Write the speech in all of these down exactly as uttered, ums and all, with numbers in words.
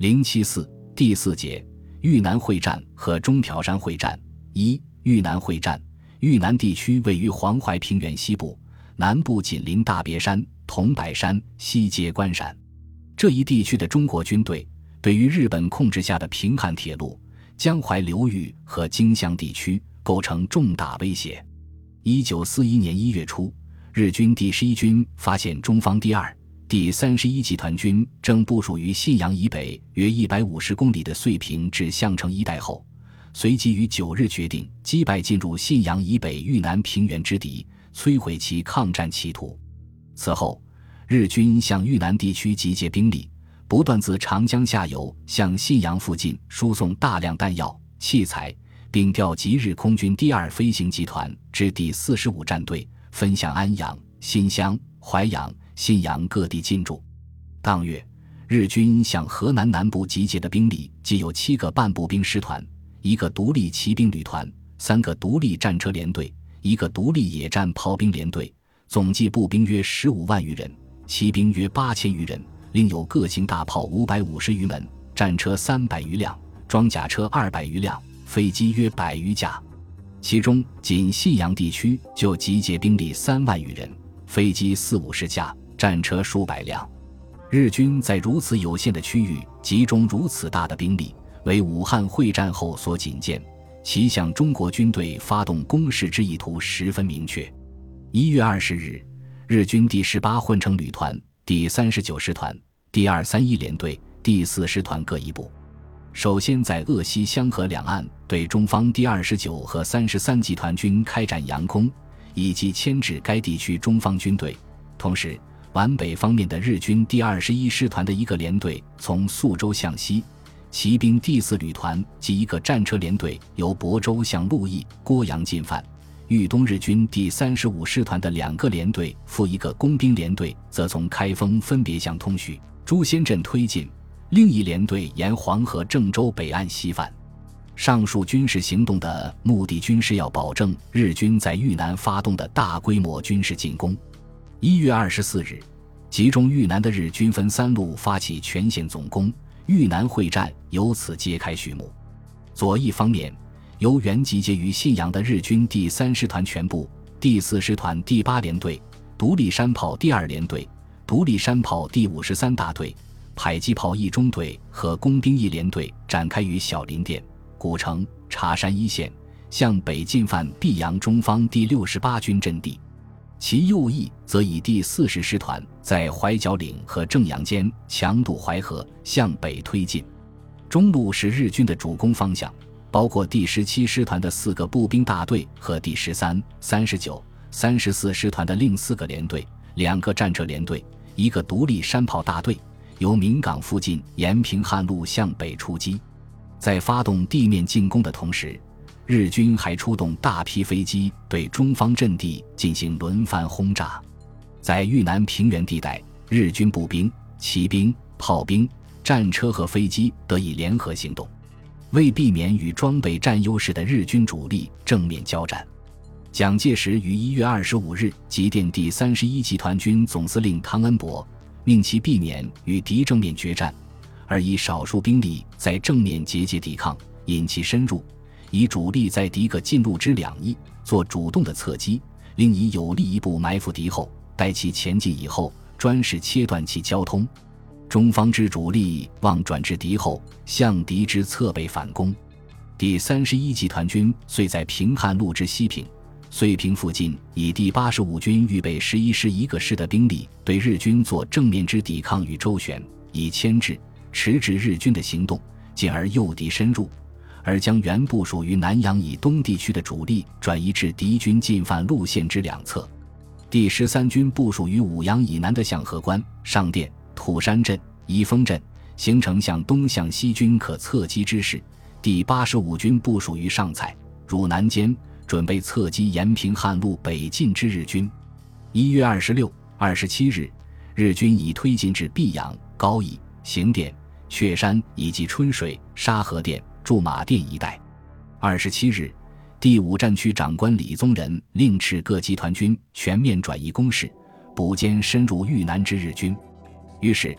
零七四第四节豫南会战和中条山会战。一、豫南会战。豫南地区位于黄淮平原西部，南部紧邻大别山、桐柏山，西接关陕。这一地区的中国军队对于日本控制下的平汉铁路、江淮流域和京襄地区构成重大威胁。一九四一年一月初，日军第十一军发现中方第二、第三十一集团军正部署于信阳以北约一百五十公里的遂平至项城一带后，随即于九日决定击败进入信阳以北豫南平原之敌，摧毁其抗战企图。此后，日军向豫南地区集结兵力，不断自长江下游向信阳附近输送大量弹药、器材，并调集日空军第二飞行集团至第四十五战队，分向安阳、新乡、淮阳、信阳各地进驻。当月，日军向河南南部集结的兵力既有七个半步兵师团、一个独立骑兵旅团、三个独立战车连队、一个独立野战炮兵连队，总计步兵约十五万余人，骑兵约八千余人，另有各型大炮五百五十余门，战车三百余辆，装甲车二百余辆，飞机约百余架。其中仅信阳地区就集结兵力三万余人，飞机四五十架，战车数百辆。日军在如此有限的区域集中如此大的兵力，为武汉会战后所仅见，其向中国军队发动攻势之意图十分明确。一月二十日，日军第十八混成旅团、第三十九师团、第二三一联队、第四师团各一部，首先在鄂西香河两岸对中方第二十九和三十三集团军开展佯攻，以及牵制该地区中方军队。同时，皖北方面的日军第二十一师团的一个联队从宿州向西，骑兵第四旅团及一个战车连队由亳州向鹿邑、郭阳进犯。豫东日军第三十五师团的两个连队附一个工兵连队则从开封分别向通许、朱仙镇推进，另一连队沿黄河郑州北岸西返。上述军事行动的目的均是要保证日军在豫南发动的大规模军事进攻。一月二十四日，集中豫南的日军分三路发起全线总攻，豫南会战由此揭开序幕。左翼方面，由原集结于信阳的日军第三师团全部、第四师团第八联队、独立山炮第二联队、独立山炮第五十三大队、迫击炮一中队和工兵一联队展开于小林店、古城、茶山一线，向北进犯毕阳中方第六十八军阵地。其右翼则以第四十师团在怀角岭和正阳间强渡淮河，向北推进。中路是日军的主攻方向，包括第十七师团的四个步兵大队和第十三、三十九、三十四师团的另四个联队、两个战车联队、一个独立山炮大队，由岷港附近沿平汉路向北出击。在发动地面进攻的同时，日军还出动大批飞机对中方阵地进行轮番轰炸。在豫南平原地带，日军步兵、骑兵、炮兵、战车和飞机得以联合行动，为避免与装备占优势的日军主力正面交战，蒋介石于一月二十五日急电第三十一集团军总司令汤恩伯，命其避免与敌正面决战，而以少数兵力在正面节节抵抗，引其深入，以主力在敌个进入之两翼做主动的侧击，另以有力一步埋伏敌后，待其前进以后，专事切断其交通。中方之主力望转至敌后，向敌之侧背反攻。第三十一集团军遂在平汉路之西平、遂平附近，以第八十五军预备十一师一个师的兵力对日军做正面之抵抗与周旋，以牵制、迟滞日军的行动，进而诱敌深入，而将原部署于南阳以东地区的主力转移至敌军进犯路线之两侧。第十三军部署于武阳以南的向河关、上店、土山镇、宜丰镇，形成向东向西军可侧击之势。第八十五军部署于上蔡、汝南间，准备侧击沿平汉路北进之日军。一月二十六、二十七日，日军已推进至毕阳、高邑、行店、雀山以及春水、沙河店、驻马店一带。二十七日，第五战区长官李宗仁令斥各集团军全面转移攻势，补歼深入豫南之日军。于是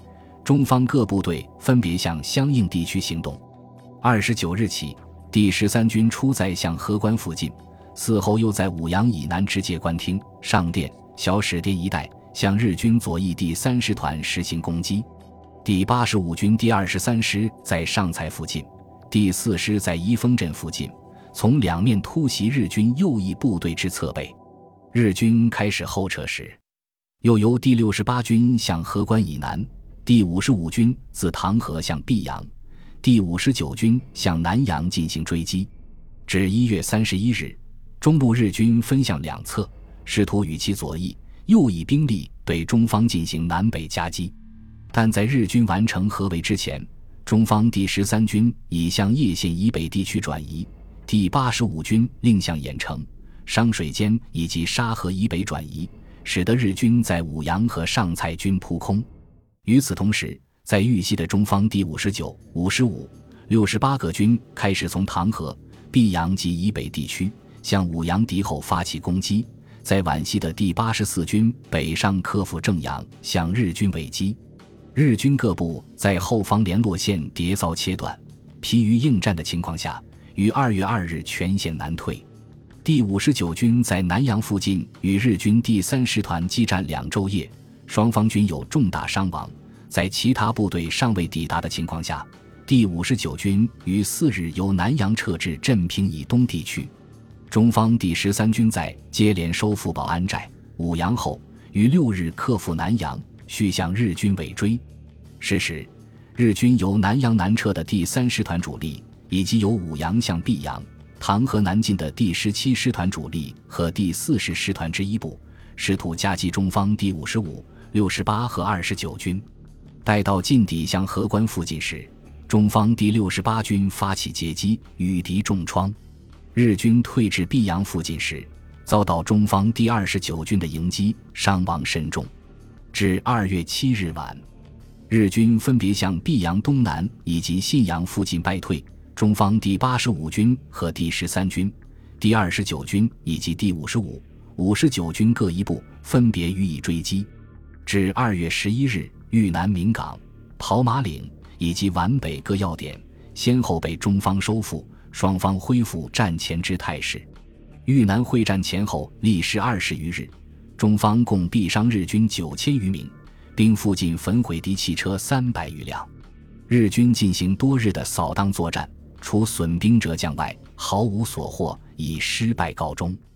中方各部队分别向相应地区行动。二十九日起，第十三军出在向河关附近，嗣后又在武阳以南直接官厅、上店、小史店一带向日军左翼第三师团实行攻击。第八十五军第二十三师在上蔡附近，第四师在宜丰镇附近，从两面突袭日军右翼部队之侧背。日军开始后撤时，又由第六十八军向河关以南，第五十五军自唐河向毕阳，第五十九军向南阳进行追击。至一月三十一日，中部日军分向两侧，试图与其左翼、右翼兵力对中方进行南北夹击。但在日军完成合围之前，中方第十三军已向叶县以北地区转移，第八十五军另向郾城、商水间以及沙河以北转移，使得日军在武阳和上蔡军扑空。与此同时，在豫西的中方第五十九、五十五、六十八个军开始从唐河、毕阳及以北地区向武阳敌后发起攻击，在皖西的第八十四军北上克服正阳，向日军围击。日军各部在后方联络线叠遭切断，疲于应战的情况下，于二月二日全线南退。第五十九军在南阳附近与日军第三师团激战两昼夜，双方均有重大伤亡。在其他部队尚未抵达的情况下，第五十九军于四日由南阳撤至镇平以东地区。中方第十三军在接连收复保安寨、武阳后，于六日克复南阳，续向日军尾追。是时，日军由南阳南撤的第三师团主力，以及由武阳向毕阳、唐河南进的第十七师团主力和第四十师团之一部，试图夹击中方第五十五、六十八和二十九军。待到进抵向河关附近时，中方第六十八军发起截击，与敌重创。日军退至毕阳附近时，遭到中方第二十九军的迎击，伤亡甚重。至二月七日晚，日军分别向毕阳东南以及信阳附近败退，中方第八十五军和第十三军、第二十九军以及第五十五、五十九军各一部分别予以追击。至二月十一日，豫南岷港、跑马岭以及皖北各要点先后被中方收复，双方恢复战前之态势。豫南会战前后历时二十余日，中方共毙伤日军九千余名，并附近焚毁敌汽车三百余辆。日军进行多日的扫荡作战，除损兵折将外，毫无所获，以失败告终。